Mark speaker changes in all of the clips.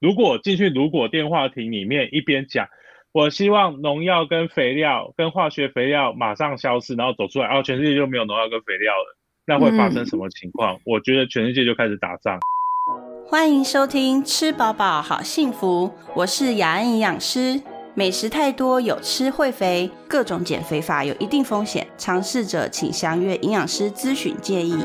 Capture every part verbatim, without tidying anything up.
Speaker 1: 如果进去如果电话亭里面一边讲，我希望农药跟肥料跟化学肥料马上消失，然后走出来，然后全世界就没有农药跟肥料了，那会发生什么情况？嗯、我觉得全世界就开始打仗。
Speaker 2: 欢迎收听吃饱饱好幸福，我是雅安营养师。美食太多有吃会肥，各种减肥法有一定风险，尝试者请详阅营养师咨询建议。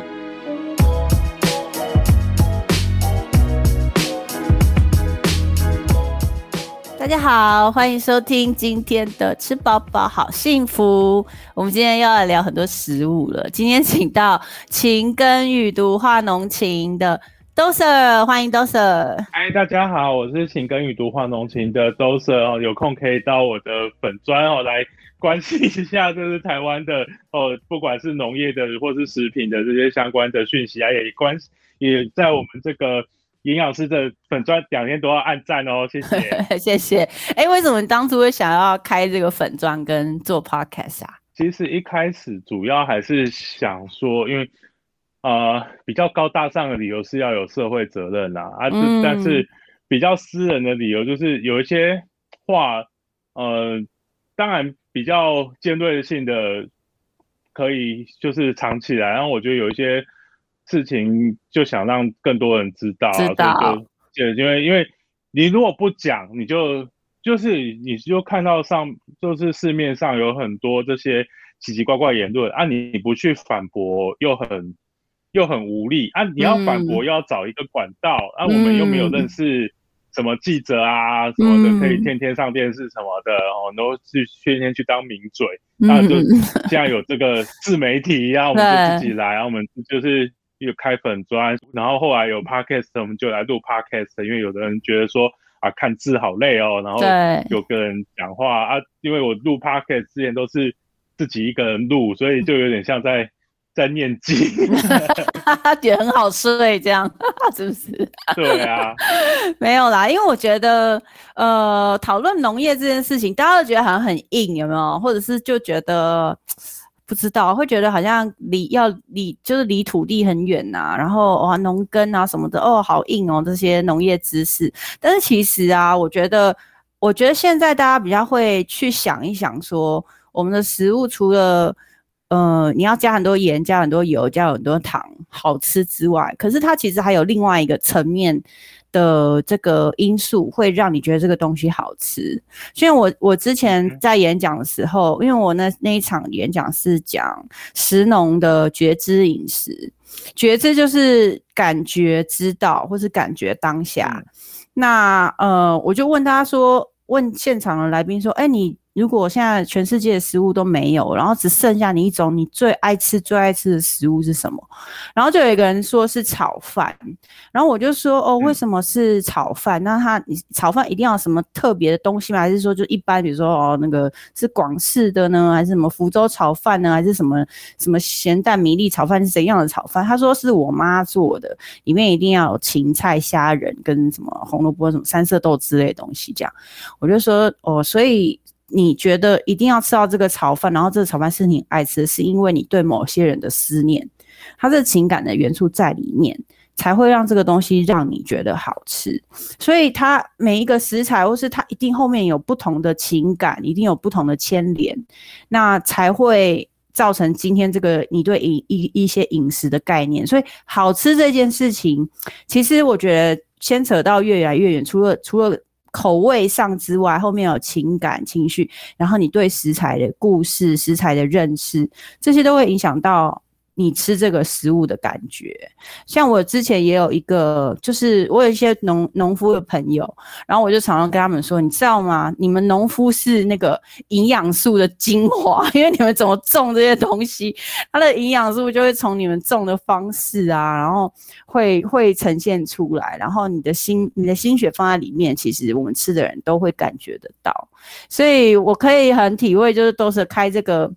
Speaker 2: 大家好，欢迎收听今天的吃饱饱好幸福。我们今天要来聊很多食物了。今天请到勤耕雨读化农情的周 Sir， 欢迎周 Sir。
Speaker 1: 嗨，大家好，我是勤耕雨读化农情的周 Sir 哦，有空可以到我的粉专哦来关心一下，就是台湾的哦，不管是农业的或是食品的这些相关的讯息啊，也关也在我们这个营养师的粉专两天都要按赞哦，谢谢，
Speaker 2: 谢谢。哎，为什么你当初会想要开这个粉专跟做 podcast 啊？
Speaker 1: 其实一开始主要还是想说，因为呃比较高大上的理由是要有社会责任啦，啊，嗯、但是比较私人的理由就是有一些话，呃，当然比较尖锐性的可以就是藏起来，然后我觉得有一些事情就想让更多人知道、啊，
Speaker 2: 知道，
Speaker 1: 所以就因为因为你如果不讲，你就就是你就看到上就是市面上有很多这些奇奇怪怪言论啊，你不去反驳又很又很无力啊，你要反驳又要找一个管道、嗯、啊，我们又没有认识什么记者啊、嗯、什么的可以天天上电视什么的哦，然后去天天去当名嘴，那、嗯、就现在有这个自媒体啊，我们就自己来，然后我们就是有开粉专，然后后来有 podcast 我们就来录 podcast， 因为有的人觉得说啊看字好累哦，然后有个人讲话啊，因为我录 podcast 之前都是自己一个人录，所以就有点像在在念经
Speaker 2: 觉得很好睡这样是不是？
Speaker 1: 对啊
Speaker 2: 没有啦，因为我觉得呃讨论农业这件事情大家都觉得好像很硬，有没有？或者是就觉得不知道，会觉得好像离要离就是离土地很远啊，然后哇农耕啊什么的哦好硬哦，这些农业知识。但是其实啊，我觉得我觉得现在大家比较会去想一想说，我们的食物除了呃你要加很多盐、加很多油、加很多糖好吃之外，可是它其实还有另外一个层面的这个因素会让你觉得这个东西好吃。所以我我之前在演讲的时候，因为我那那一场演讲是讲食农的觉知饮食，觉知就是感觉知道或是感觉当下。嗯、那呃我就问他说，问现场的来宾说，哎，你如果现在全世界的食物都没有，然后只剩下你一种你最爱吃最爱吃的食物是什么？然后就有一个人说是炒饭，然后我就说哦，为什么是炒饭？那他炒饭一定要什么特别的东西吗？还是说就一般，比如说哦那个是广式的呢，还是什么福州炒饭呢，还是什么什么咸蛋米粒炒饭是怎样的炒饭？他说是我妈做的，里面一定要有芹菜、虾仁跟什么红萝卜、什么三色豆之类的东西。这样，我就说哦，所以你觉得一定要吃到这个炒饭，然后这个炒饭是你爱吃的，是因为你对某些人的思念，它这情感的元素在里面，才会让这个东西让你觉得好吃。所以它每一个食材，或是它一定后面有不同的情感，一定有不同的牵连，那才会造成今天这个你对一一一些饮食的概念。所以好吃这件事情，其实我觉得牵扯到越来越远，除了除了口味上之外，后面有情感情绪，然后你对食材的故事、食材的认识，这些都会影响到你吃这个食物的感觉。像我之前也有一个，就是我有一些农农夫的朋友，然后我就常常跟他们说，你知道吗？你们农夫是那个营养素的精华，因为你们怎么种这些东西，它的营养素就会从你们种的方式啊，然后会会呈现出来，然后你的心你的心血放在里面，其实我们吃的人都会感觉得到。所以我可以很体会，就是都是开这个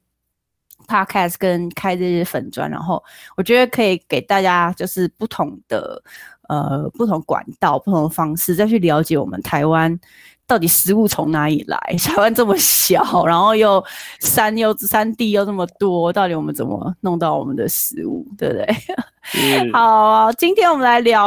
Speaker 2: podcast 跟开这些粉专，然后我觉得可以给大家就是不同的呃不同管道、不同的方式，再去了解我们台湾到底食物从哪里来。台湾这么小，然后又山又山地又这么多，到底我们怎么弄到我们的食物，对不对？好啊，今天我们来聊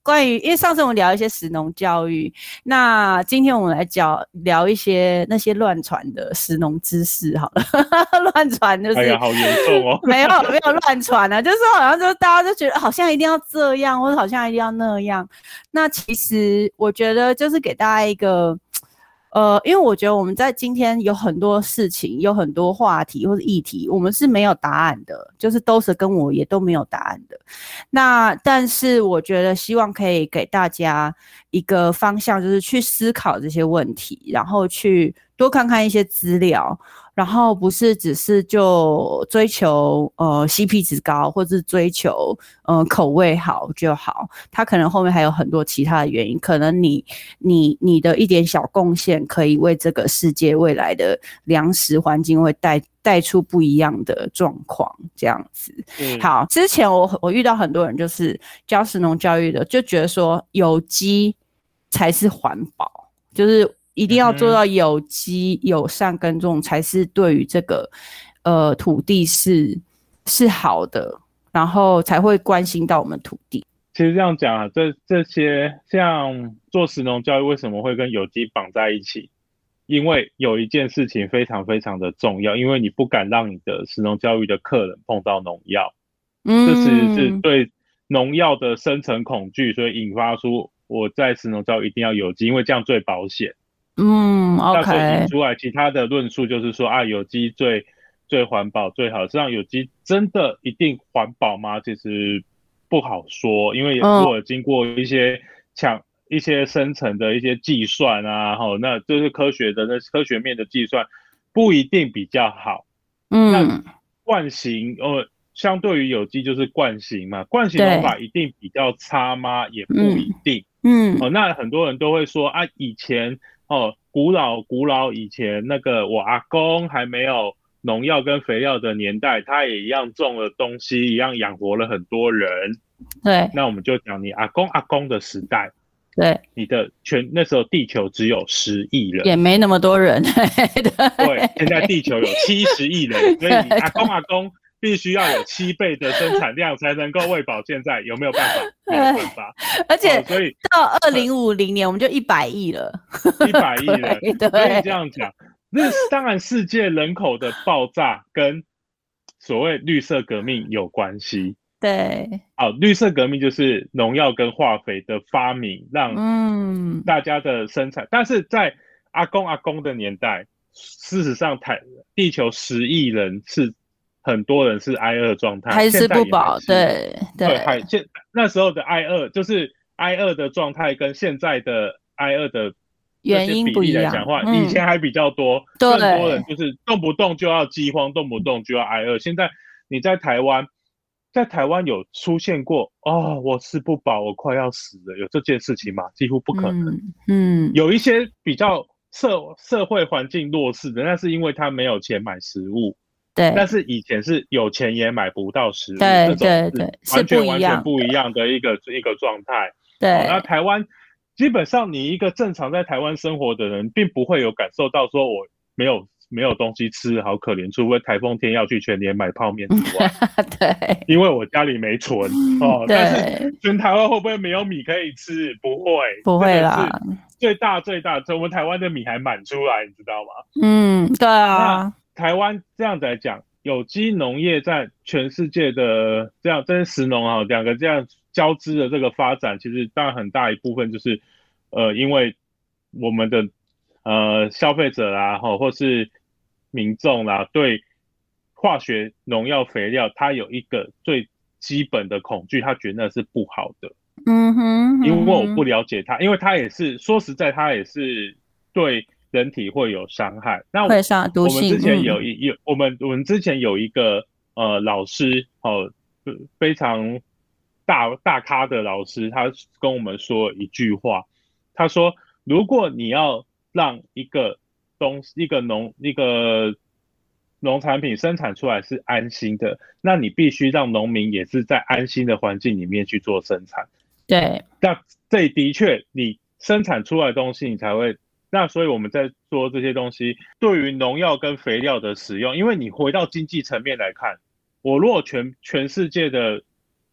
Speaker 2: 关于，因为上次我们聊一些食农教育，那今天我们来聊聊一些那些乱传的食农知识好了。乱传就是，
Speaker 1: 哎呀，好严重哦。
Speaker 2: 没有没有乱传啊，就是好像就是大家就觉得好像一定要这样，或者好像一定要那样。那其实我觉得就是给大家一个。呃，因为我觉得我们在今天有很多事情，有很多话题或者议题，我们是没有答案的，就是都是跟我也都没有答案的。那但是我觉得希望可以给大家一个方向，就是去思考这些问题，然后去多看看一些资料，然后不是只是就追求呃 C P 值高，或是追求呃口味好就好，它可能后面还有很多其他的原因，可能你你你的一点小贡献可以为这个世界未来的粮食环境会带带出不一样的状况，这样子。嗯、好，之前我我遇到很多人就是教食农教育的，就觉得说有机才是环保，就是一定要做到有机、友善耕种，才是对于这个呃土地是是好的，然后才会关心到我们土地。
Speaker 1: 其实这样讲啊，这这些像做食农教育为什么会跟有机绑在一起？因为有一件事情非常非常的重要，因为你不敢让你的食农教育的客人碰到农药，嗯，这其实是对农药的深层恐惧，所以引发出我在食农教育一定要有机，因为这样最保险。
Speaker 2: 嗯 ，OK。
Speaker 1: 那所以引出来其他的论述就是说啊，有机最最环保最好。实际上有机真的一定环保吗？其实不好说，因为如果经过一些强。一些深层的一些计算啊，齁，那就是科学的那科学面的计算不一定比较好。嗯，那惯行呃，相对于有机就是惯行嘛，惯行农法一定比较差吗？也不一定。嗯，哦，那很多人都会说啊，以前哦，古老古老以前那个我阿公还没有农药跟肥料的年代，他也一样种了东西，一样养活了很多人。
Speaker 2: 对，
Speaker 1: 那我们就讲你阿公阿公的时代。
Speaker 2: 对，
Speaker 1: 你的全那时候地球只有十亿人，
Speaker 2: 也没那么多人。
Speaker 1: 对，现在地球有七十亿人，所以你阿公阿公必须要有七倍的生产量才能够喂饱现在，有没有办法？没有办法。
Speaker 2: 而且，
Speaker 1: 哦、所以
Speaker 2: 到二零五零年我们就一百亿了，
Speaker 1: 一百亿了。所以这样讲，那当然世界人口的爆炸跟所谓绿色革命有关系。
Speaker 2: 对，
Speaker 1: 好，绿色革命就是农药跟化肥的发明，让大家的生产。嗯、但是在阿公阿公的年代，事实上台地球十亿人是很多人是挨饿状态，
Speaker 2: 还吃不饱，对
Speaker 1: 对，还现那时候的挨饿就是挨饿的状态，跟现在的挨饿的
Speaker 2: 原因不一样。
Speaker 1: 来讲话，嗯、以前还比较多，更多人就是动不动就要饥荒，动不动就要挨饿。现在你在台湾。在台湾有出现过哦，我吃不饱，我快要死了，有这件事情吗？几乎不可能。嗯，嗯有一些比较社社会环境弱势的，那是因为他没有钱买食物。
Speaker 2: 对。
Speaker 1: 但是以前是有钱也买不到食物，
Speaker 2: 对对对，
Speaker 1: 完全完全不一样的一个一个状态。
Speaker 2: 对。
Speaker 1: 哦、那台湾基本上你一个正常在台湾生活的人，并不会有感受到说我没有。没有东西吃，好可怜，除非台风天要去全联买泡面之外。
Speaker 2: 对，
Speaker 1: 因为我家里没存哦。但是全台湾会不会没有米可以吃？不会，
Speaker 2: 不会啦。
Speaker 1: 最大最大，我们台湾的米还满出来，你知道吗？
Speaker 2: 嗯，对啊。
Speaker 1: 台湾这样子来讲，有机农业在全世界的这样，这是食农啊，两个这样交织的这个发展，其实当然很大一部分就是，呃，因为我们的。呃，消费者啦，吼，或是民众啦，对化学农药、肥料，它有一个最基本的恐惧，他觉得那是不好的。嗯哼，因为我不了解它，因为它也是说实在，它也是对人体会有伤害。那
Speaker 2: 会伤毒性。
Speaker 1: 我们之前有一有、嗯、我们我们之前有一个呃老师哦，非常大大咖的老师，他跟我们说一句话，他说：如果你要让一个东一个农一个农产品生产出来是安心的，那你必须让农民也是在安心的环境里面去做生产。
Speaker 2: 对，
Speaker 1: 那这的确，你生产出来的东西，你才会。那所以我们在做这些东西，对于农药跟肥料的使用，因为你回到经济层面来看，我如果全全世界的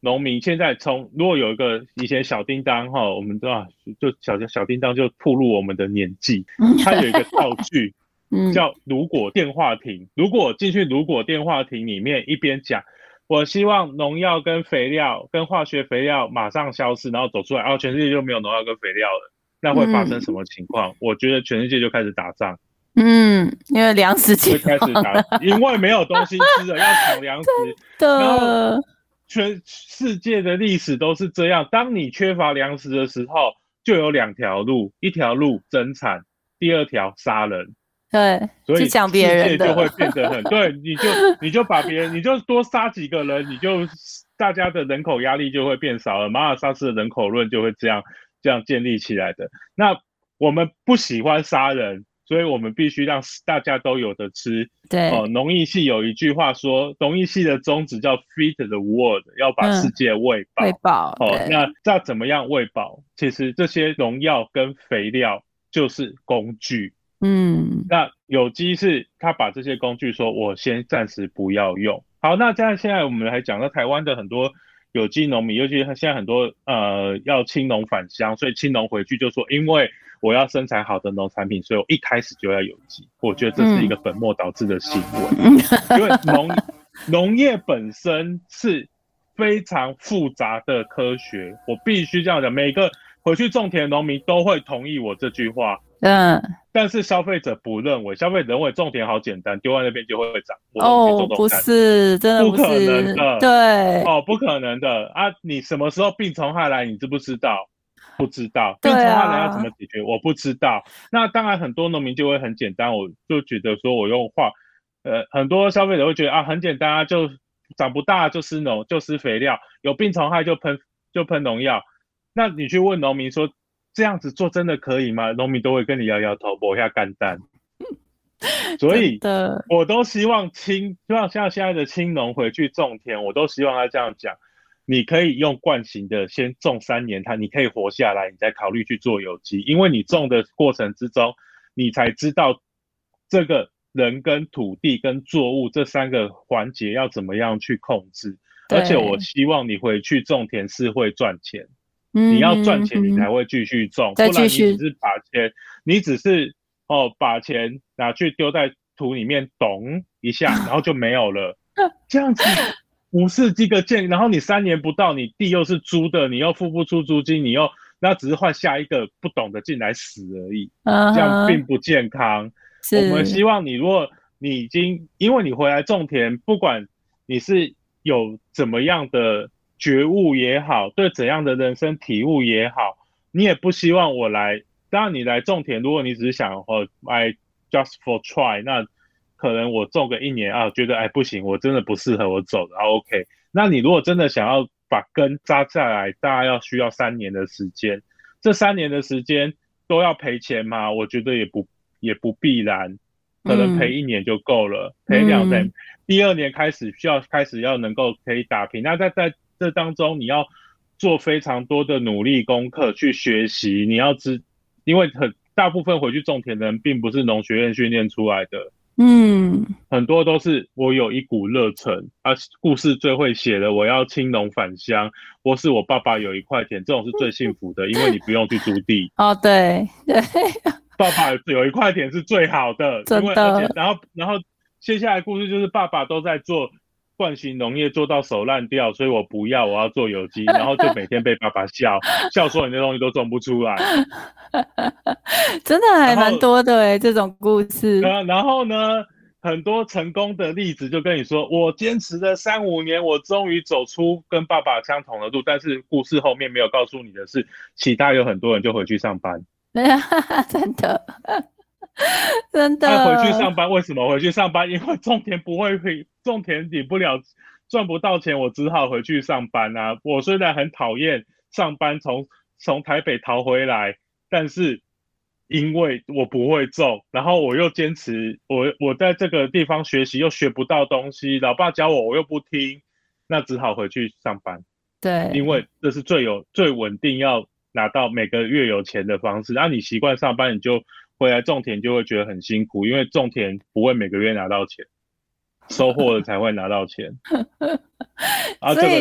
Speaker 1: 农民现在从如果有一个以前小叮当哈，我们知道就小小叮当就暴露我们的年纪，它有一个道具叫如果电话亭，如果进去如果电话亭里面一边讲，我希望农药跟肥料跟化学肥料马上消失，然后走出来，然后全世界就没有农药跟肥料了，那会发生什么情况？嗯、我觉得全世界就开始打仗。
Speaker 2: 嗯，因为粮食
Speaker 1: 就开始打，因为没有东西吃了，要抢粮食。然后全世界的历史都是这样，当你缺乏粮食的时候，就有两条路，一条路增产，第二条杀人。
Speaker 2: 对，
Speaker 1: 所以
Speaker 2: 讲别人
Speaker 1: 世界就会变得很对，你就你就把别人，你就多杀几个人，你就大家的人口压力就会变少了，马尔萨斯的人口论就会这样这样建立起来的。那我们不喜欢杀人。所以我们必须让大家都有的吃。
Speaker 2: 对，
Speaker 1: 哦、呃，农艺系有一句话说，农艺系的宗旨叫 feed the world， 要把世界喂饱。
Speaker 2: 嗯、喂饱。
Speaker 1: 哦，那那怎么样喂饱？其实这些农药跟肥料就是工具。
Speaker 2: 嗯，
Speaker 1: 那有机是他把这些工具说，我先暂时不要用。好，那这样现在我们来讲到台湾的很多有机农民，尤其是现在很多呃要青农返乡，所以青农回去就说，因为我要生产好的农产品，所以我一开始就要有机。我觉得这是一个本末倒置的行为，嗯、因为农农业本身是非常复杂的科学，我必须这样讲。每个回去种田的农民都会同意我这句话，
Speaker 2: 嗯，
Speaker 1: 但是消费者不认为，消费者认为种田好简单，丢在那边就会长。
Speaker 2: 哦，不是，真的
Speaker 1: 不可能的，
Speaker 2: 对，
Speaker 1: 哦，不可能的啊！你什么时候病虫害来，你知不知道？不知道。病虫害来要怎么解决？啊、我不知道。那当然，很多农民就会很简单，我就觉得说我用化，呃，很多消费者会觉得啊，很简单啊，就长不大就施农就施肥料，有病虫害就喷就喷农药。那你去问农民说这样子做真的可以吗？农民都会跟你摇摇头，抹下干单。所以我都希望青，就像像现在的青农回去种田，我都希望他这样讲。你可以用惯性的先种三年，它你可以活下来，你再考虑去做有机，因为你种的过程之中，你才知道这个人跟土地跟作物这三个环节要怎么样去控制。而且我希望你回去种田是会赚钱，你要赚钱你才会继续种，不然你只是把钱，你只是哦把钱拿去丢在土里面咚一下，然后就没有了，这样子。不是这个健，然后你三年不到，你地又是租的，你又付不出租金，你又那只是换下一个不懂得进来死而已， uh-huh. 这样并不健康。我们希望你，如果你已经因为你回来种田，不管你是有怎么样的觉悟也好，对怎样的人生体悟也好，你也不希望我来。当然，你来种田，如果你只是想哦 ，I just for try， 那。可能我种个一年啊，觉得哎不行，我真的不适合我走的啊 ，OK。那你如果真的想要把根扎下来，大概要需要三年的时间。这三年的时间都要赔钱吗？我觉得也不也不必然，可能赔一年就够了，嗯、赔两年、嗯，第二年开始需要开始要能够可以打平。那在在这当中，你要做非常多的努力功课去学习，你要知，因为很大部分回去种田的人并不是农学院训练出来的。
Speaker 2: 嗯，
Speaker 1: 很多都是我有一股热忱啊，故事最会写的，我要青农返乡，或是我爸爸有一块田，这种是最幸福的，因为你不用去租地。
Speaker 2: 哦，对对，
Speaker 1: 爸爸有一块田是最好的，
Speaker 2: 真的。
Speaker 1: 因为而且然后然后接下来故事就是爸爸都在做惯性农业，做到手烂掉，所以我不要，我要做有机，然后就每天被爸爸笑，笑说你那东西都种不出来。
Speaker 2: 真的还蛮多的哎，这种故事。
Speaker 1: 然后呢，很多成功的例子就跟你说，我坚持了三五年，我终于走出跟爸爸相同的路。但是故事后面没有告诉你的是，其他有很多人就回去上班。
Speaker 2: 真的，真的。
Speaker 1: 他回去上班，为什么回去上班？因为种田不会，种田抵不了，赚不到钱，我只好回去上班啊。我虽然很讨厌上班，从从台北逃回来。但是因为我不会种，然后我又坚持，我我在这个地方学习又学不到东西，老爸教我我又不听，那只好回去上班。
Speaker 2: 对，
Speaker 1: 因为这是最有最稳定要拿到每个月有钱的方式。那、啊、你习惯上班，你就回来种田就会觉得很辛苦，因为种田不会每个月拿到钱，收获了才会拿到钱。
Speaker 2: 啊，所以、这个、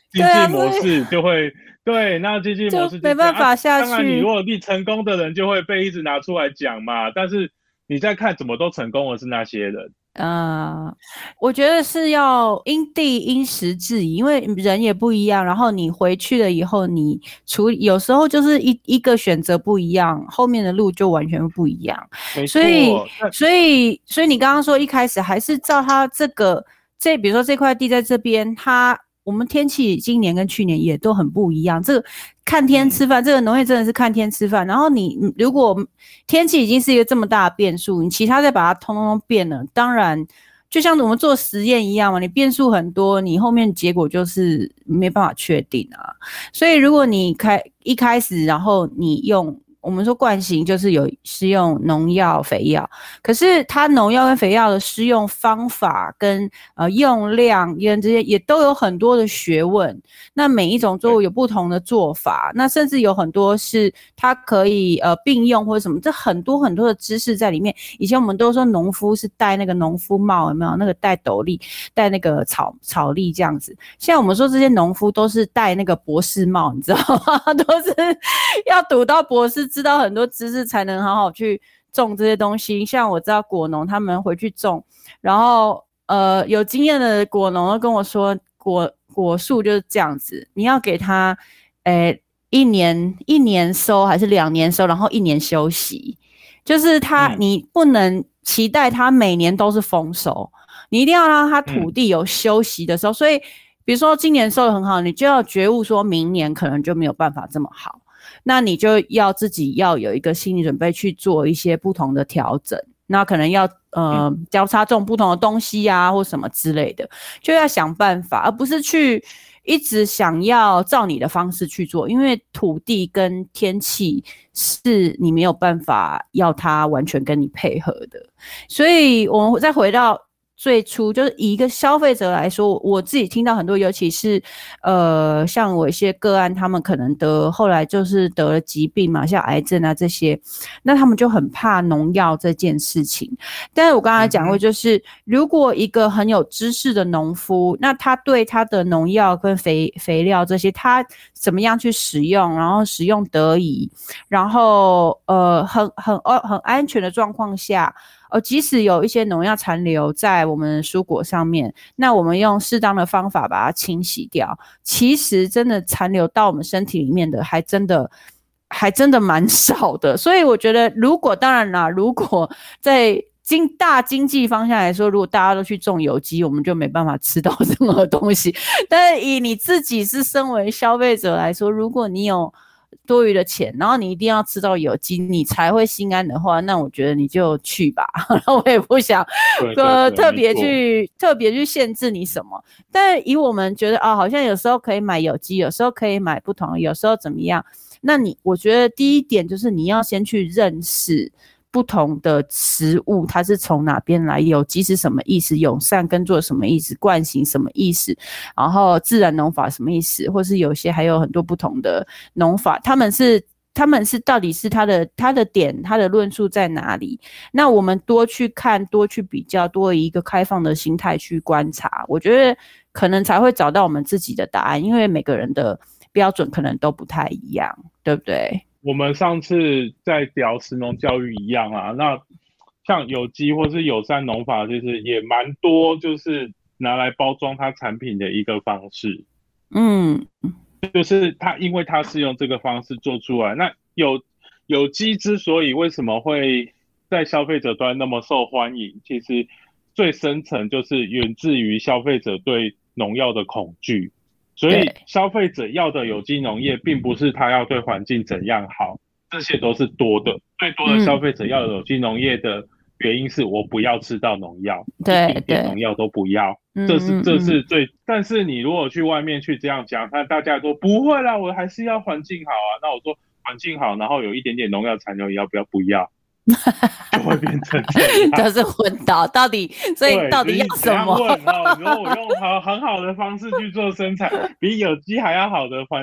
Speaker 1: 经济模式就会对，那经济模式
Speaker 2: 就没办法下去。
Speaker 1: 啊、当然，你如果你成功的人就会被一直拿出来讲嘛，但是你在看怎么都成功的是那些人。
Speaker 2: 呃，我觉得是要因地因时制宜，因为人也不一样。然后你回去了以后，你处理有时候就是一一个选择不一样，后面的路就完全不一样。所以，所以，所以你刚刚说一开始还是照他这个，这比如说这块地在这边，它我们天气今年跟去年也都很不一样。这个看天吃饭，这个农业真的是看天吃饭。然后你如果天气已经是一个这么大的变数，你其他再把它通通变了，当然就像我们做实验一样嘛，你变数很多，你后面结果就是没办法确定啊。所以如果你开一开始，然后你用。我们说惯行就是有施用农药、肥药，可是它农药跟肥药的施用方法跟呃用量跟这些也都有很多的学问。那每一种作物有不同的做法，那甚至有很多是它可以呃并用或者什么，这很多很多的知识在里面。以前我们都说农夫是戴那个农夫帽，有没有？那个戴斗笠、戴那个草草笠这样子。现在我们说这些农夫都是戴那个博士帽，你知道吗？都是要读到博士。知道很多知识才能好好去种这些东西。像我知道果农他们回去种，然后呃有经验的果农都跟我说，果果树就是这样子，你要给他诶一年一年收还是两年收，然后一年休息，就是他、嗯、你不能期待他每年都是丰收，你一定要让他土地有休息的时候、嗯、所以比如说今年收得很好，你就要觉悟说明年可能就没有办法这么好，那你就要自己要有一个心理准备去做一些不同的调整，那可能要呃交叉种不同的东西啊或什么之类的，就要想办法，而不是去一直想要照你的方式去做，因为土地跟天气是你没有办法要它完全跟你配合的。所以我们再回到最初，就是以一个消费者来说，我自己听到很多，尤其是呃，像我一些个案，他们可能得后来就是得了疾病嘛，像癌症啊这些，那他们就很怕农药这件事情。但是我刚才讲过，就是、嗯、如果一个很有知识的农夫，那他对他的农药跟肥肥料这些，他怎么样去使用，然后使用得宜，然后呃，很很很安全的状况下。哦，即使有一些农药残留在我们蔬果上面，那我们用适当的方法把它清洗掉，其实真的残留到我们身体里面的还真的还真的蛮少的。所以我觉得如果当然啦，如果在经大经济方向来说，如果大家都去种有机，我们就没办法吃到任何东西。但是以你自己是身为消费者来说，如果你有多余的钱，然后你一定要吃到有机，你才会心安的话，那我觉得你就去吧。我也不想呃特别去特别去限制你什么。但以我们觉得啊，好像有时候可以买有机，有时候可以买不同，有时候怎么样？那你我觉得第一点就是你要先去认识不同的食物它是从哪边来，有机是什么意思，友善耕作什么意思，惯行什么意思，然后自然农法什么意思，或是有些还有很多不同的农法，他们是他们是到底是他的他的点他的论述在哪里，那我们多去看多去比较，多以一个开放的心态去观察，我觉得可能才会找到我们自己的答案，因为每个人的标准可能都不太一样，对不对？
Speaker 1: 我们上次在聊食农教育一样啊，那像有机或是友善农法，其实也蛮多，就是拿来包装它产品的一个方式。嗯，就是它因为它是用这个方式做出来，那有有机之所以为什么会在消费者端那么受欢迎，其实最深层就是源自于消费者对农药的恐惧。所以消费者要的有机农业并不是他要对环境怎样好，这些都是多的。最多的消费者要有机农业的原因是我不要吃到农药，
Speaker 2: 对，
Speaker 1: 一点点农药都不要，这是这是最。但是你如果去外面去这样讲，那大家说不会啦，我还是要环境好啊。那我说环境好，然后有一点点农药残留，要不要？不要。就会变成这样，
Speaker 2: 都是昏倒，到底所以到底要什么？
Speaker 1: 然后我用好很好的方式去做生产，比有机还要好的环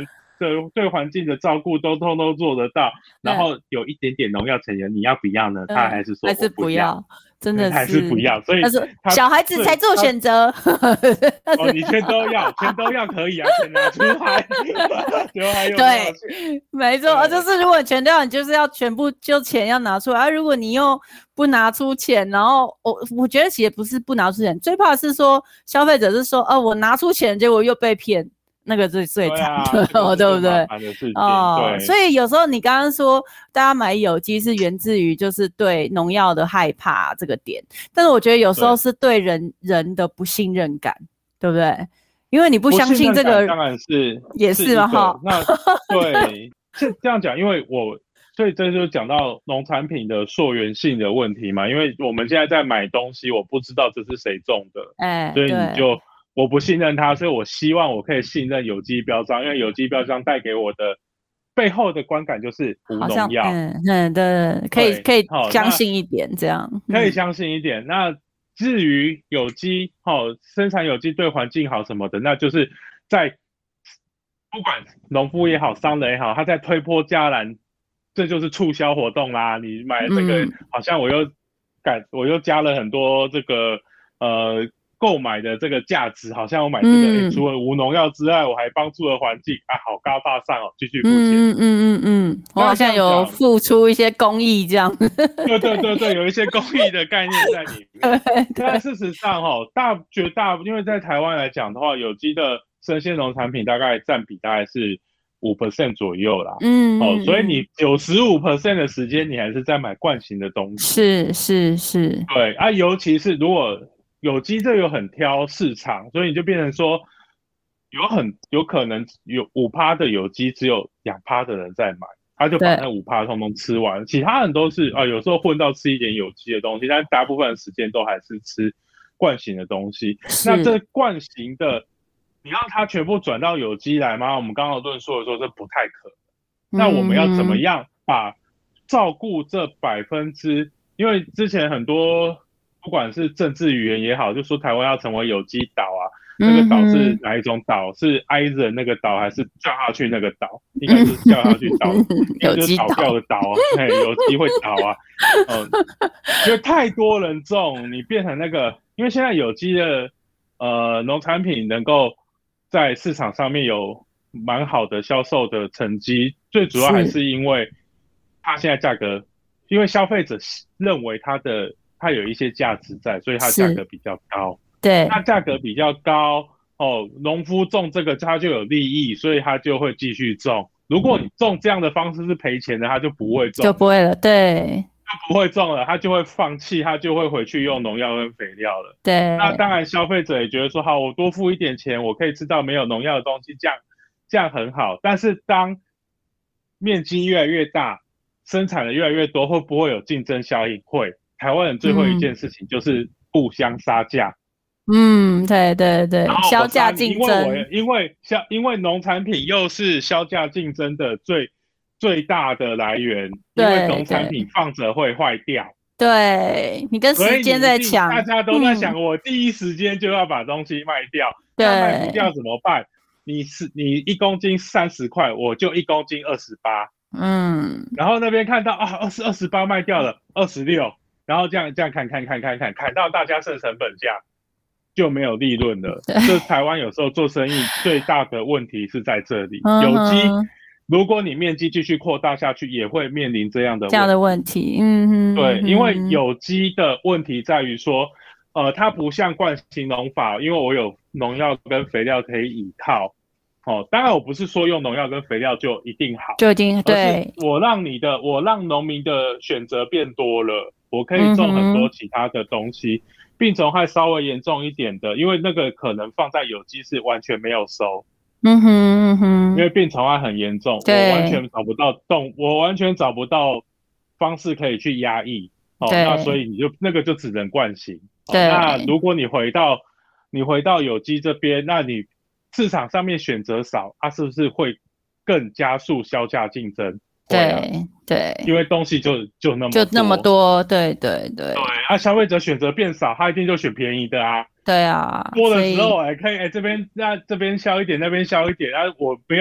Speaker 1: 对对环境的照顾都通都做得到，然后有一点点农药成分，你要不要呢？他还是说
Speaker 2: 还是不要，真的是
Speaker 1: 还是不要，所以
Speaker 2: 他说小孩子才做选择。
Speaker 1: 哦，你全都要，全都要可以啊，全拿出来，就还有
Speaker 2: 对，没错，就是如果全都要，你就是要全部就钱要拿出来，而、啊、如果你又不拿出钱，然后我我觉得其实不是不拿出钱，最怕的是说消费者是说，哦、呃，我拿出钱，结果又被骗。那个最最惨的，对、啊、对不对？
Speaker 1: 哦，
Speaker 2: 所以有时候你刚刚说大家买有机是源自于就是对农药的害怕这个点，但是我觉得有时候是对人人的不信任感，对不对？因为你不相信这个，
Speaker 1: 当然是
Speaker 2: 也是嘛哈。
Speaker 1: 那对是这样讲，因为我所以这就讲到农产品的溯源性的问题嘛，因为我们现在在买东西，我不知道这是谁种的，
Speaker 2: 哎，
Speaker 1: 所以你就。我不信任它，所以我希望我可以信任有机标章，因为有机标章带给我的背后的观感就是无农药，
Speaker 2: 嗯嗯，对，可以可以相信一点，这样
Speaker 1: 可以相信一点。嗯、那至于有机，哦，生产有机对环境好什么的，那就是在不管农夫也好，商人也好，他在推波加澜，这就是促销活动啦。你买这个，嗯、好像我又改，我又加了很多这个呃。购买的这个价值，好像我买这个、嗯欸，除了无农药之外，我还帮助了环境啊，好高大上哦，继续付钱。
Speaker 2: 嗯嗯嗯嗯，我好像有付出一些公益这样。
Speaker 1: 对对对对，有一些公益的概念在里面。但事实上哈、哦，大绝大，因为在台湾来讲的话，有机的生鲜农产品大概占比大概是五 percent 左右啦。嗯，哦，所以你九十五 percent 的时间，你还是在买惯性的东西。
Speaker 2: 是是是，
Speaker 1: 对啊，尤其是如果。有机这有很挑市场，所以你就变成说，有很有可能有 百分之五 的有机，只有 百分之二 的人在买，他就把那 百分之五 通通吃完，其他人都是啊，有时候混到吃一点有机的东西，但大部分的时间都还是吃惯型的东西。那这惯型的，你让它全部转到有机来吗？我们刚刚论述的时候，这不太可能。那我们要怎么样把照顾这百分之？因为之前很多。不管是政治语言也好，就说台湾要成为有机岛啊，那个岛是哪一种岛？是挨着那个岛，还是叫下去那个岛？应该是叫下去岛，
Speaker 2: 有机
Speaker 1: 倒掉的岛啊，嘿，有机会倒啊。嗯，因为太多人种，你变成那个，因为现在有机的呃农产品能够在市场上面有蛮好的销售的成绩，最主要还是因为它现在价格，因为消费者认为它的。它有一些价值在，所以它价格比较高。
Speaker 2: 对，
Speaker 1: 它价格比较高哦，农夫种这个他就有利益，所以他就会继续种。如果你种这样的方式是赔钱的，他就不会种，
Speaker 2: 就不会了。对，
Speaker 1: 就不会种了，他就会放弃，他就会回去用农药跟肥料了。
Speaker 2: 对，
Speaker 1: 那当然消费者也觉得说，好，我多付一点钱，我可以吃到没有农药的东西，这样这样很好。但是当面积越来越大，生产的越来越多，会不会有竞争效应？会。台湾人最后一件事情就是互相杀价，
Speaker 2: 嗯，对对对，销价竞争，
Speaker 1: 因为因为销因为农产品又是销价竞争的最最大的来源，因为农产品放着会坏掉，
Speaker 2: 对你跟时间在抢，
Speaker 1: 大家都在想，我第一时间就要把东西卖掉，那、嗯、卖不掉怎么办？你是你一公斤三十块，我就一公斤二十八，嗯，然后那边看到啊，二十二十八卖掉了，二十六。然后这样这样砍砍砍砍砍砍到大家剩成本价，就没有利润了。这台湾有时候做生意最大的问题是在这里。有机，如果你面积继续扩大下去，也会面临这样的问题
Speaker 2: 这样的问题。嗯哼，
Speaker 1: 对，因为有机的问题在于说，呃，它不像惯性农法，因为我有农药跟肥料可以依靠。哦，当然我不是说用农药跟肥料就一定好，
Speaker 2: 就一定对。
Speaker 1: 我让你的，我让农民的选择变多了。我可以种很多其他的东西，嗯、病虫害稍微严重一点的，因为那个可能放在有机是完全没有收。嗯哼嗯哼，因为病虫害很严重，我完全找不到动，我完全找不到方式可以去压抑。哦，那所以你就那个就只能惯行。哦、那如果你回到你回到有机这边，那你市场上面选择少，它是不是会更加速销价竞争？
Speaker 2: 对、啊、对，
Speaker 1: 因为东西就就那么
Speaker 2: 就那么多，对对对。
Speaker 1: 对，啊，消费者选择变少，他一定就选便宜的啊。
Speaker 2: 对啊，
Speaker 1: 多的时候哎，可以哎这边那这边销一点，那边销一点，啊我没有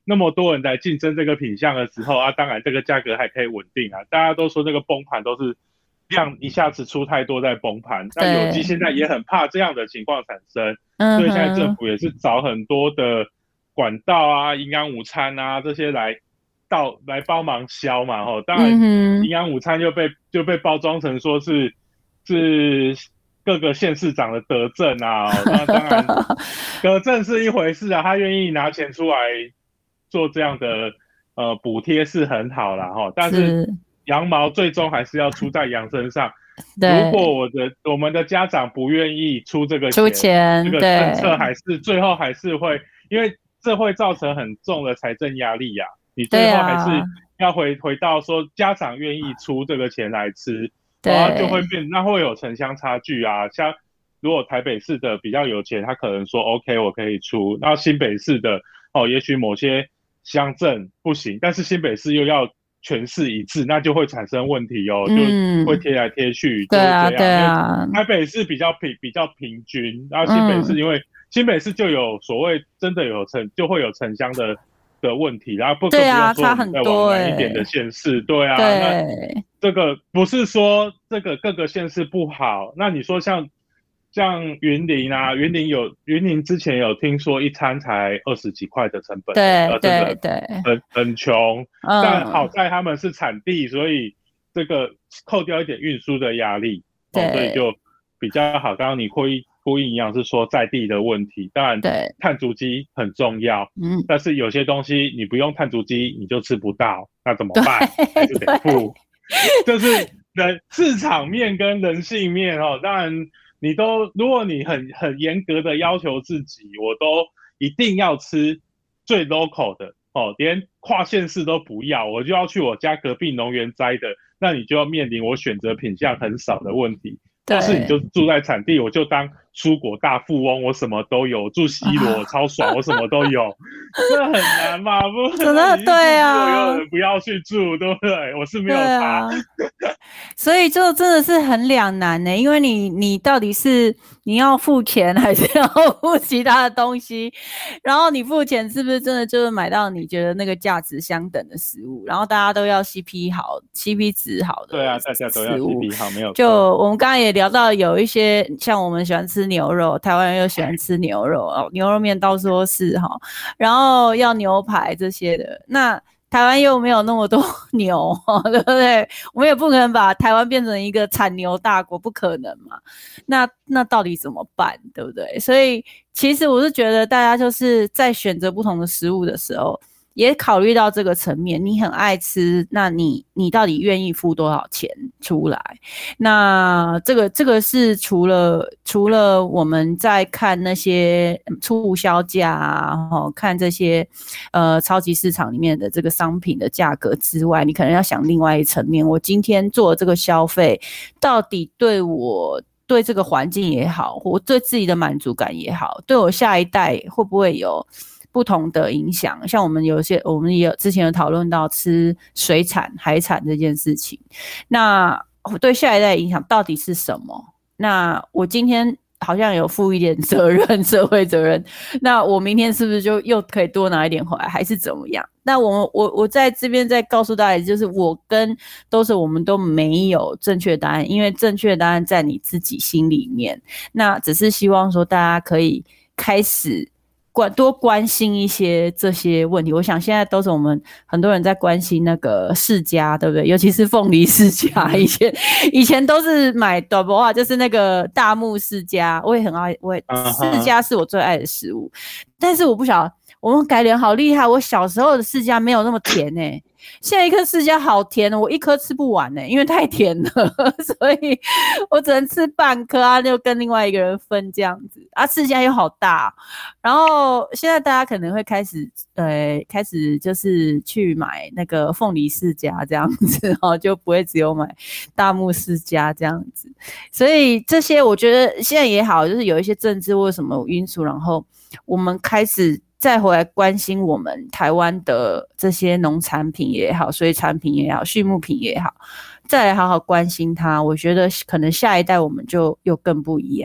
Speaker 1: 那么多人来竞争这个品项的时候啊，当然这个价格还可以稳定啊。大家都说这个崩盘都是量一下子出太多在崩盘，那有机现在也很怕这样的情况产生，所以现在政府也是找很多的管道啊、营养午餐啊这些来到来帮忙销嘛。吼，当然营养午餐就被就被包装成说是是各个县市长的德政啊，那当然德政是一回事啊，他愿意拿钱出来做这样的呃补贴是很好啦，齁，但是羊毛最终还是要出在羊身上。如果我的我们的家长不愿意出这个钱，
Speaker 2: 出钱，
Speaker 1: 这个政策还是最后还是会，因为这会造成很重的财政压力呀、啊。你最后还是要回、啊、回到说家长愿意出这个钱来吃，然后就会变，那会有城乡差距啊。像如果台北市的比较有钱，他可能说 OK 我可以出，然后新北市的哦，也许某些乡镇不行，但是新北市又要全市一致，那就会产生问题哦，嗯、就会贴来贴去，
Speaker 2: 对啊，
Speaker 1: 对啊。台北市比较平比较平均，然后新北市因为、嗯、新北市就有所谓真的有城就会有城乡的的问题，然后不
Speaker 2: 对啊，
Speaker 1: 不用说再往南一点的县市，对啊，
Speaker 2: 对
Speaker 1: 那这个不是说这个各个县市不好，那你说像。像云林啊，云林有云林之前有听说一餐才二十几块的成本，
Speaker 2: 对对对，
Speaker 1: 很很穷、嗯，但好在他们是产地，所以这个扣掉一点运输的压力，哦，所以就比较好。刚刚你呼应呼应一样是说在地的问题，当然碳足迹很重要，嗯，但是有些东西你不用碳足迹你就吃不到，那怎么办？还是得付，就是人市场面跟人性面哦，当然。你都，如果你很很严格的要求自己，我都一定要吃最 local 的哦，连跨县市都不要，我就要去我家隔壁农园摘的，那你就要面临我选择品项很少的问题。但是你就住在产地，我就当蔬果大富翁，我什么都有，住西螺超爽，我什么都有，这很难嘛？不，
Speaker 2: 真的对啊，
Speaker 1: 有人不要去住，对不对？我是没有差，啊、
Speaker 2: 所以就真的是很两难呢，因为你你到底是你要付钱还是要付其他的东西？然后你付钱是不是真的就是买到你觉得那个价值相等的食物？然后大家都要 C P 好 ，C P 值好的，
Speaker 1: 对啊，大家都要 C P 好，没有错。
Speaker 2: 就我们刚刚也聊到有一些像我们喜欢吃牛肉，台湾人又喜欢吃牛肉哦，牛肉面到处都是哈，然后要牛排这些的，那台湾又没有那么多牛，对不对？我们也不可能把台湾变成一个产牛大国，不可能嘛。那那到底怎么办，对不对？所以其实我是觉得大家就是在选择不同的食物的时候，也考虑到这个层面，你很爱吃，那你你到底愿意付多少钱出来？那这个这个是除了除了我们在看那些促销价啊，哦，看这些呃超级市场里面的这个商品的价格之外，你可能要想另外一层面，我今天做这个消费，到底对我对这个环境也好，我对自己的满足感也好，对我下一代会不会有不同的影响？像我们有些，我们也有之前有讨论到吃水产、海产这件事情，那对下一代的影响到底是什么？那我今天好像有负一点责任，社会责任，那我明天是不是就又可以多拿一点回来，还是怎么样？那我我我在这边再告诉大家，就是我跟都是我们都没有正确答案，因为正确答案在你自己心里面。那只是希望说大家可以开始关多关心一些这些问题。我想现在都是我们很多人在关心那个释迦，对不对？尤其是凤梨释迦，以前以前都是买大波啊，就是那个大木释迦，我也很爱，我也释迦是我最爱的食物，但是我不晓得我们改良好厉害，我小时候的释迦没有那么甜诶、欸。现在一颗释迦好甜哦，我一颗吃不完呢、欸，因为太甜了，所以我只能吃半颗啊，就跟另外一个人分这样子啊。释迦又好大，然后现在大家可能会开始呃，开始就是去买那个凤梨释迦这样子哦，就不会只有买大木释迦这样子。所以这些我觉得现在也好，就是有一些政治或什么因素，然后我们开始再回来关心我们台湾的这些农产品也好，水产品也好，畜牧品也好，再来好好关心它，我觉得可能下一代我们就又更不一样。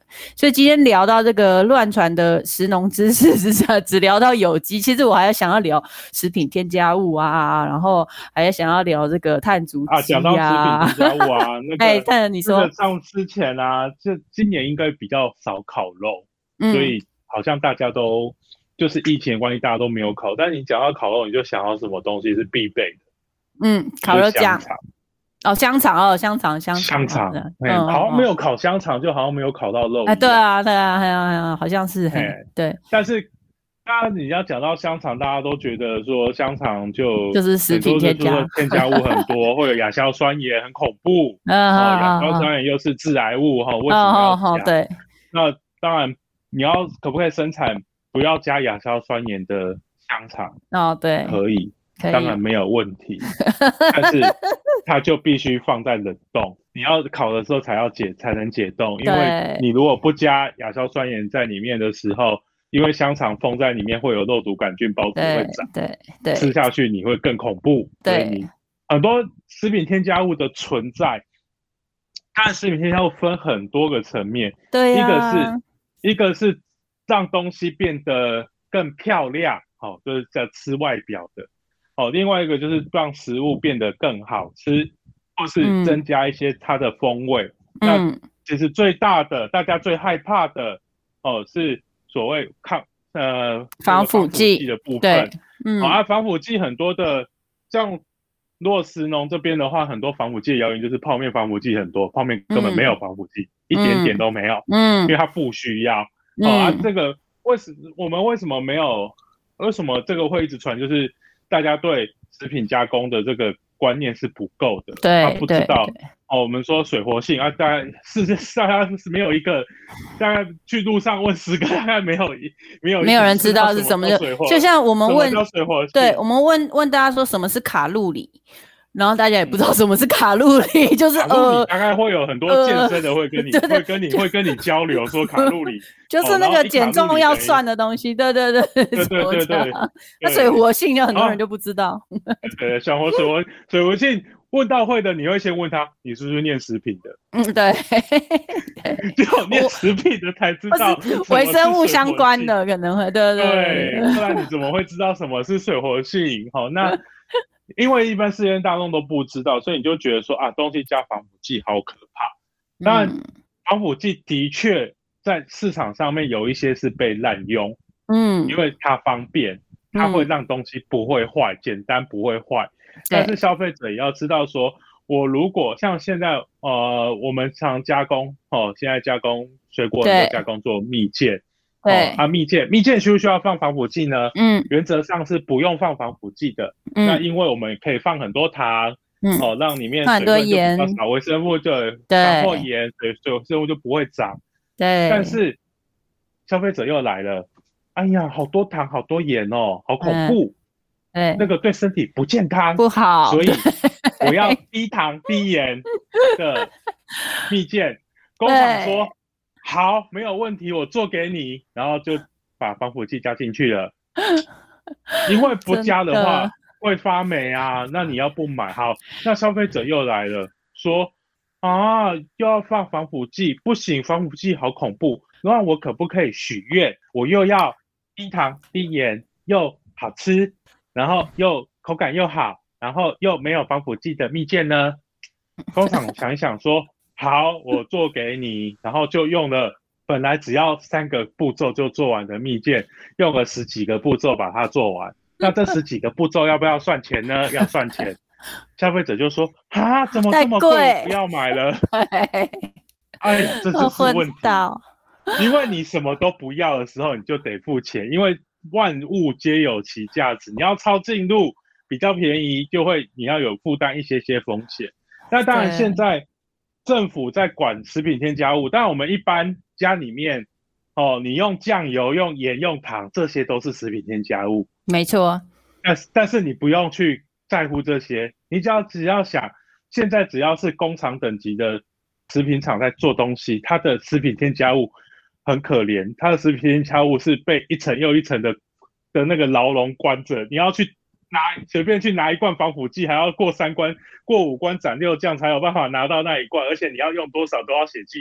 Speaker 2: 所以今天聊到这个乱传的食农知识，只只聊到有机，其实我还要想要聊食品添加物啊，然后还要想要聊这个碳足迹啊。
Speaker 1: 讲到食品添加物啊，那个
Speaker 2: 哎，泰仁你说，
Speaker 1: 那个上之前啊，这今年应该比较少烤肉，嗯、所以好像大家都就是疫情的关系，大家都没有烤。但你讲到烤肉，你就想到什么东西是必备的？
Speaker 2: 嗯，烤肉酱。哦，香肠哦，香肠，香
Speaker 1: 肠，香肠，
Speaker 2: 嗯，
Speaker 1: 好像没有烤香肠，就好像没有烤到肉。
Speaker 2: 哎，对啊，对啊，对啊，好像是，对。
Speaker 1: 但是，大家你要讲到香肠，大家都觉得说香肠就
Speaker 2: 就是食品添加，
Speaker 1: 添加物很多，会有亚硝酸盐，很恐怖。
Speaker 2: 嗯，
Speaker 1: 亚硝酸盐又是致癌物哈，为什么要加？
Speaker 2: 对。
Speaker 1: 那当然，你要可不可以生产不要加亚硝酸盐的香肠？
Speaker 2: 哦，对，
Speaker 1: 可以。当然没有问题，但是它就必须放在冷冻，你要烤的时候才要解才能解冻，因为你如果不加亚硝酸盐在里面的时候，因为香肠封在里面会有肉毒杆菌，孢子会长，
Speaker 2: 对对，
Speaker 1: 吃下去你会更恐怖。
Speaker 2: 对，
Speaker 1: 你很多食品添加物的存在，但食品添加物分很多个层面，
Speaker 2: 对
Speaker 1: 呀、啊，一个是一个是让东西变得更漂亮，好、哦，就是在吃外表的。哦，另外一个就是让食物变得更好吃，或是增加一些它的风味。嗯、那其实最大的，大家最害怕的哦，是所谓抗呃
Speaker 2: 防腐剂
Speaker 1: 的部分。
Speaker 2: 对，嗯，
Speaker 1: 哦、啊，防腐剂很多的，像如果食农这边的话，很多防腐剂的谣言就是泡面防腐剂很多，泡面根本没有防腐剂，嗯、一点点都没有。嗯，因为它不需要。嗯、哦啊，这个为什我们为什么没有？为什么这个会一直传？就是大家对食品加工的这个观念是不够的，
Speaker 2: 对，
Speaker 1: 他不知道哦。我们说水活性啊，大概事实上大家是没有一个，大概去路上问十个，大概没有没有
Speaker 2: 没有人知道是什么
Speaker 1: 水活，
Speaker 2: 就像我们问
Speaker 1: 水活性，
Speaker 2: 对，我们问问大家说什么是卡路里。然后大家也不知道什么是卡路里，就是
Speaker 1: 呃，大概会有很多健身的会跟你、呃、会跟你会跟你交流说卡路里，
Speaker 2: 就是那个减重要算的东西，对对对
Speaker 1: 对对对对。
Speaker 2: 那水活性就很多人就不知道。
Speaker 1: 对，想活水活水活性问到会的，你会先问他你是不是念食品的？
Speaker 2: 嗯，对。
Speaker 1: 只有念食品的才知道
Speaker 2: 微生物相关的可能会，对对
Speaker 1: 对，不然你怎么会知道什么是水活性？好，那。因为一般世间大众都不知道，所以你就觉得说啊，东西加防腐剂好可怕。当然，嗯、防腐剂的确在市场上面有一些是被滥用，嗯，因为它方便，它会让东西不会坏，嗯、简单不会坏。但是消费者也要知道说，我如果像现在呃，我们常加工哦，现在加工水果很多加工做蜜饯。
Speaker 2: 对、
Speaker 1: 哦、啊，蜜饯，蜜饯需不需要放防腐剂呢？嗯，原则上是不用放防腐剂的。嗯，那因为我们可以放很多糖，嗯，哦，让里面水分就比较少，微生物就糖或盐，水水生物就不会长。
Speaker 2: 对，
Speaker 1: 但是消费者又来了，哎呀，好多糖，好多盐哦，好恐怖。
Speaker 2: 对，
Speaker 1: 那个对身体不健康，
Speaker 2: 不好。
Speaker 1: 所以我要低糖低盐的蜜饯。工厂说。好，没有问题，我做给你，然后就把防腐剂加进去了。因为不加的话会发霉啊，那你要不买，好，那消费者又来了，说啊又要放防腐剂，不行，防腐剂好恐怖，那我可不可以许愿，我又要低糖低盐又好吃，然后又口感又好，然后又没有防腐剂的蜜饯呢？工厂想一想说。好，我做给你，然后就用了本来只要三个步骤就做完的蜜饯，用了十几个步骤把它做完。那这十几个步骤要不要算钱呢？要算钱。消费者就说：啊，怎么这么贵？不要买了。哎呀，这就是问题。因为你什么都不要的时候，你就得付钱，因为万物皆有其价值。你要抄近路比较便宜，就会你要有负担一些些风险。那当然现在。政府在管食品添加物，但我们一般家里面，哦，你用酱油、用盐、用糖，这些都是食品添加物。
Speaker 2: 没错。
Speaker 1: 但但是你不用去在乎这些，你只要只要想，现在只要是工厂等级的食品厂在做东西，它的食品添加物很可怜，它的食品添加物是被一层又一层的的那个牢笼关着，你要去。拿随便去拿一罐防腐剂，还要过三关、过五关斩六将才有办法拿到那一罐，而且你要用多少都要写记录。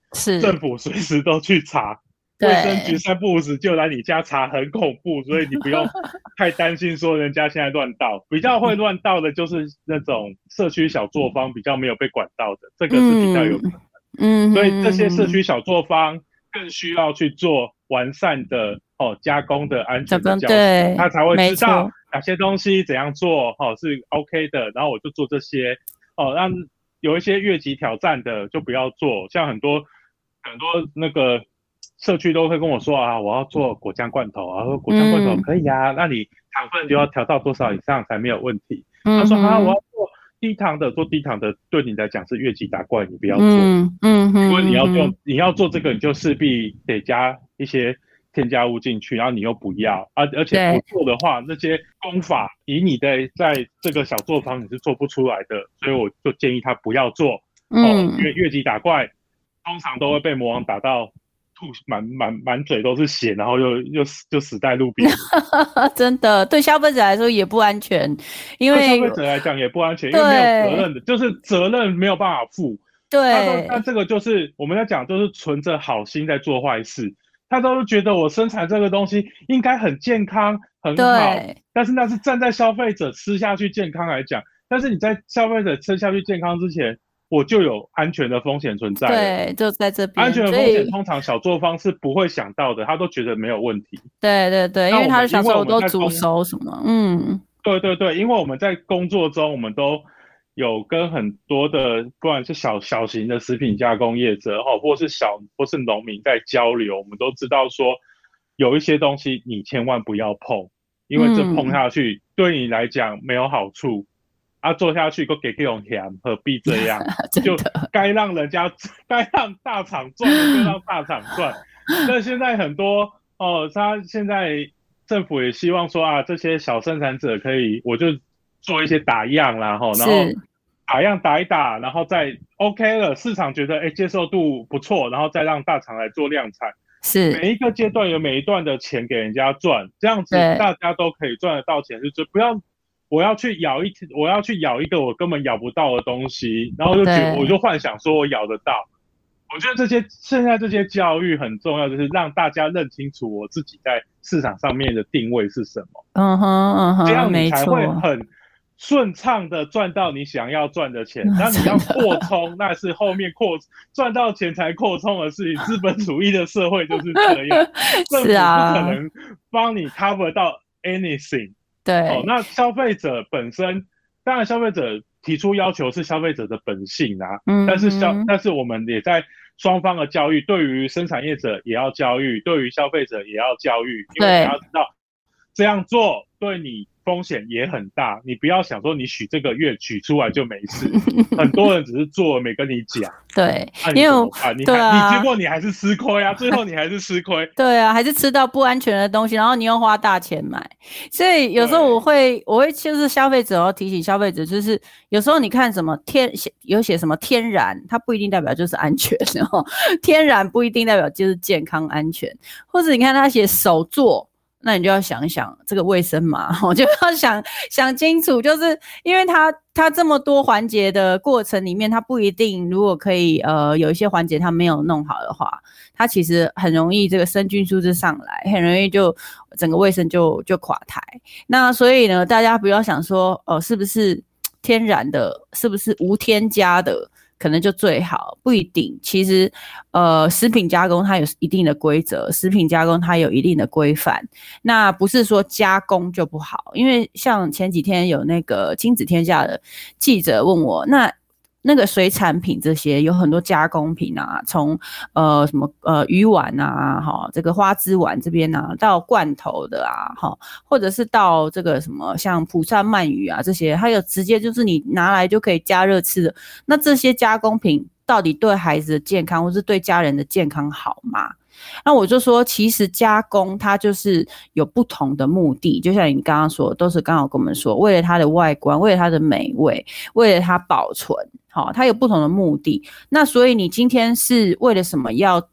Speaker 2: 是
Speaker 1: 政府随时都去查，卫生局三不五时就来你家查，很恐怖，所以你不用太担心说人家现在乱倒。比较会乱倒的就是那种社区小作坊，比较没有被管到的，这个是比较有可能。嗯，所以这些社区小作坊更需要去做完善的哦加工的安全的教室，他才会知道哪些东西怎样做哦是 OK 的，然后我就做这些哦，让有一些越级挑战的就不要做，像很多很多那个社区都会跟我说啊，我要做果酱罐头啊，说果酱罐头可以啊，嗯、那你糖分就要调到多少以上才没有问题？嗯、他说啊，我要做低糖的，做低糖的对你来讲是越级打怪，你不要做，嗯嗯，因为你要做你要做这个，你就势必得加一些添加物进去，然后你又不要啊，而且不做的话，那些功法以你的在这个小作坊你是做不出来的，所以我就建议他不要做。嗯，哦、因为越级打怪通常都会被魔王打到吐满满满嘴都是血，然后又又就死在路边。
Speaker 2: 真的，对消费者来说也不安全，因为
Speaker 1: 对消费者来讲也不安全，因为没有责任的，就是责任没有办法负。
Speaker 2: 对，
Speaker 1: 那这个就是我们在讲，就是存着好心在做坏事。他都是觉得我生产这个东西应该很健康很好，但是那是站在消费者吃下去健康来讲，但是你在消费者吃下去健康之前，我就有安全的风险存在。
Speaker 2: 对，就在这边。
Speaker 1: 安全的风险通常小作坊是不会想到的，他都觉得没有问题。
Speaker 2: 对对对，因为他想说我都煮熟什么，嗯，
Speaker 1: 对对对，因为我们在工作中，我们都有跟很多的不管是小小型的食品加工业者哦，或是小或是农民在交流，我们都知道说有一些东西你千万不要碰，因为这碰下去、嗯、对你来讲没有好处啊，做下去都给这种钱，何必这样？就该让人家该让大厂赚的就让大厂赚。但现在很多哦，他现在政府也希望说啊，这些小生产者可以，我就做一些打样啦，吼，然后打样打一打，然后再 OK 了，市场觉得哎接受度不错，然后再让大厂来做量产。
Speaker 2: 是
Speaker 1: 每一个阶段有每一段的钱给人家赚，这样子大家都可以赚得到钱，就是不要我要去咬一我要去咬一个我根本咬不到的东西，然后就觉得我就幻想说我咬得到。我觉得这些现在这些教育很重要，就是让大家认清楚我自己在市场上面的定位是什么。
Speaker 2: 嗯哼嗯哼，
Speaker 1: 这样你才会很顺畅的赚到你想要赚的钱。那你要扩充，那是后面扩赚到钱才扩充的事情。资本主义的社会就是这样，政府不可能帮你 cover 到 anything。
Speaker 2: 对，
Speaker 1: 哦，那消费者本身，当然消费者提出要求是消费者的本性啊，嗯、但是消但是我们也在双方的教育，对于生产业者也要教育，对于消费者也要教育，因为你要知道这样做对你风险也很大，你不要想说你许这个月许出来就没事，很多人只是做没跟你讲。
Speaker 2: 对，
Speaker 1: 那、啊、你怎么办？你还、啊、你结果你还是吃亏啊，最后你还是吃亏。
Speaker 2: 对啊，还是吃到不安全的东西，然后你又花大钱买，所以有时候我会我会就是消费者要提醒消费者，就是有时候你看什么天有写什么天然，它不一定代表就是安全，然后天然不一定代表就是健康安全，或者你看他写手做。那你就要想一想这个卫生嘛，我就要想想清楚，就是因为它它这么多环节的过程里面，它不一定如果可以呃有一些环节它没有弄好的话，它其实很容易这个生菌数字上来，很容易就整个卫生就就垮台。那所以呢，大家不要想说哦、呃、是不是天然的，是不是无添加的。可能就最好，不一定。其实，呃，食品加工它有一定的规则，食品加工它有一定的规范。那不是说加工就不好，因为像前几天有那个亲子天下的记者问我，那那个水产品这些有很多加工品啊，从呃什么呃鱼丸啊，哈，这个花枝丸这边啊，到罐头的啊，哈，或者是到这个什么像蒲山鳗鱼啊这些，还有直接就是你拿来就可以加热吃的，那这些加工品到底对孩子的健康或是对家人的健康好吗？那我就说，其实加工它就是有不同的目的，就像你刚刚说，都是刚好跟我们说，为了它的外观，为了它的美味，为了它保存，好，它有不同的目的。那所以你今天是为了什么要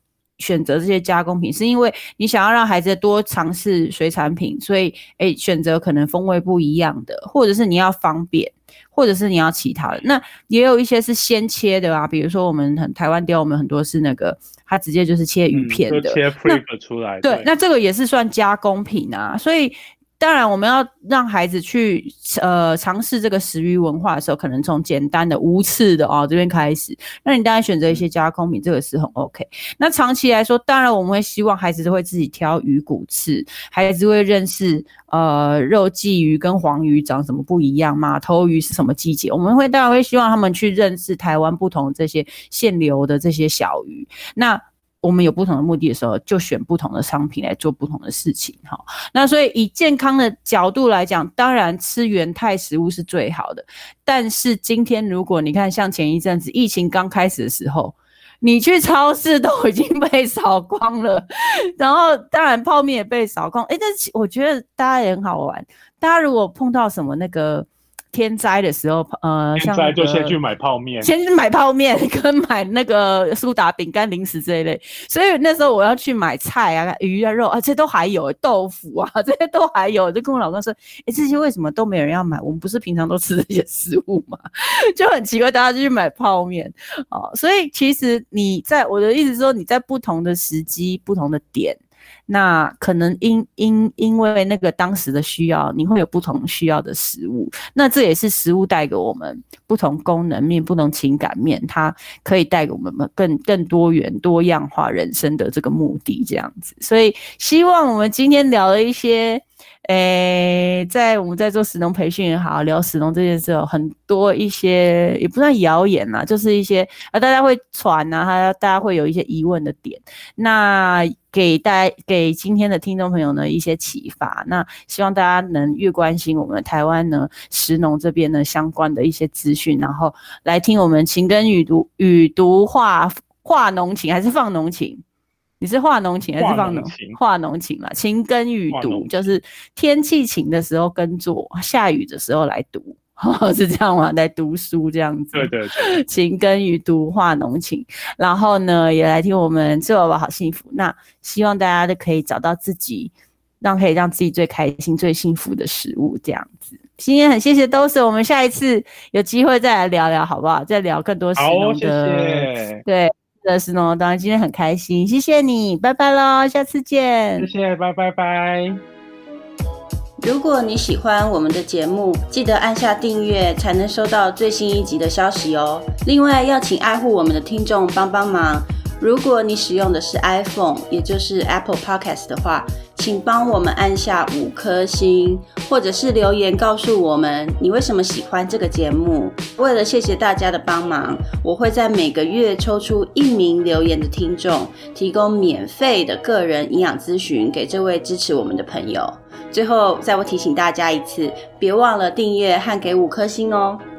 Speaker 2: 选择这些加工品，是因为你想要让孩子多尝试水产品，所以诶选择可能风味不一样的，或者是你要方便，或者是你要其他的。那也有一些是先切的啊，比如说我们很台湾雕，我们很多是那个它直接就是切鱼片的，
Speaker 1: 嗯、就切 flip 出来。
Speaker 2: 对，对，那这个也是算加工品啊，所以。当然，我们要让孩子去呃尝试这个食鱼文化的时候，可能从简单的无刺的哦这边开始。那你当然选择一些加工品，这个是很 OK。那长期来说，当然我们会希望孩子都会自己挑鱼骨刺，孩子会认识呃肉鲫鱼跟黄鱼长什么不一样，马头鱼是什么季节。我们会当然会希望他们去认识台湾不同这些现流的这些小鱼。那我们有不同的目的的时候，就选不同的商品来做不同的事情哈。那所以以健康的角度来讲，当然吃原态食物是最好的。但是今天如果你看像前一阵子疫情刚开始的时候，你去超市都已经被扫光了，然后当然泡面也被扫光。诶，但是我觉得大家也很好玩，大家如果碰到什么那个天灾的时候，呃，
Speaker 1: 天灾就先去买泡面，
Speaker 2: 先去买泡面跟买那个苏打饼干、零食这一类。所以那时候我要去买菜啊、鱼啊、肉啊，这些都还有豆腐啊，这些都还有。就跟我老公说，哎，这些为什么都没有人要买？我们不是平常都吃这些食物吗？就很奇怪，大家就去买泡面哦。所以其实你在我的意思是说，你在不同的时机、不同的点。那可能因因因为那个当时的需要，你会有不同需要的食物。那这也是食物带给我们不同功能面、不同情感面，它可以带给我们更更多元、多样化人生的这个目的，这样子。所以希望我们今天聊了一些。诶，在我们在做食农培训也好，聊食农这件事有很多一些也不算谣言啦，就是一些啊大家会传啊，大家会有一些疑问的点，那给大家给今天的听众朋友呢一些启发。那希望大家能越关心我们台湾呢食农这边呢相关的一些资讯，然后来听我们情根语读语读话话农情还是放农情。你是画农情还是放农画农情啦？情耕雨读就是天气晴的时候耕作，下雨的时候来读，哦、是这样吗？来读书这样子。
Speaker 1: 对对对，
Speaker 2: 情耕雨读画农情，然后呢也来听我们吃宝宝好幸福。那希望大家都可以找到自己，让可以让自己最开心、最幸福的食物这样子。今天很谢谢都是，我们下一次有机会再来聊聊好不好？再聊更多食农的，
Speaker 1: 好，谢谢。
Speaker 2: 对。的食农，当然今天很开心，谢谢你，拜拜咯，下次见。
Speaker 1: 谢谢，拜拜拜。
Speaker 2: 如果你喜欢我们的节目，记得按下订阅，才能收到最新一集的消息哦。另外，要请爱护我们的听众帮帮忙。如果你使用的是 iPhone， 也就是 Apple Podcast 的话，请帮我们按下五颗星，或者是留言告诉我们你为什么喜欢这个节目。为了谢谢大家的帮忙，我会在每个月抽出一名留言的听众，提供免费的个人营养咨询给这位支持我们的朋友。最后，再我提醒大家一次，别忘了订阅和给五颗星哦。